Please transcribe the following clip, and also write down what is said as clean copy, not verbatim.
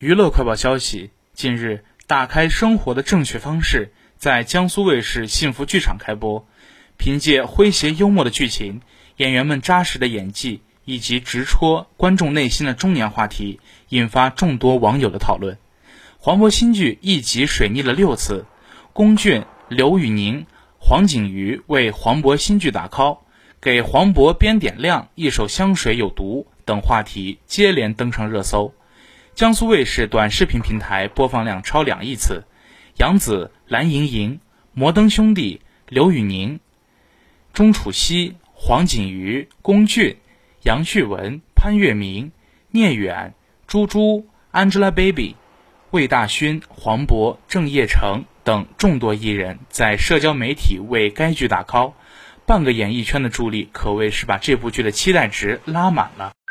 娱乐快报消息，近日打开生活的正确方式在江苏卫视幸福剧场开播。凭借诙谐幽默的剧情，演员们扎实的演技以及直戳观众内心的中年话题，引发众多网友的讨论。黄渤新剧一集水逆了6次，龚俊、刘宇宁、黄景瑜为黄渤新剧打 call， 给黄渤边点亮一手香水有毒等话题接连登上热搜。江苏卫视短视频平台播放量超2亿次，杨紫、蓝盈莹、摩登兄弟、刘宇宁、钟楚曦、黄景瑜、龚俊、杨旭文、潘粤明、聂远、朱珠、Angelababy、魏大勋、黄渤、郑业成等众多艺人在社交媒体为该剧打 call， 半个演艺圈的助力可谓是把这部剧的期待值拉满了。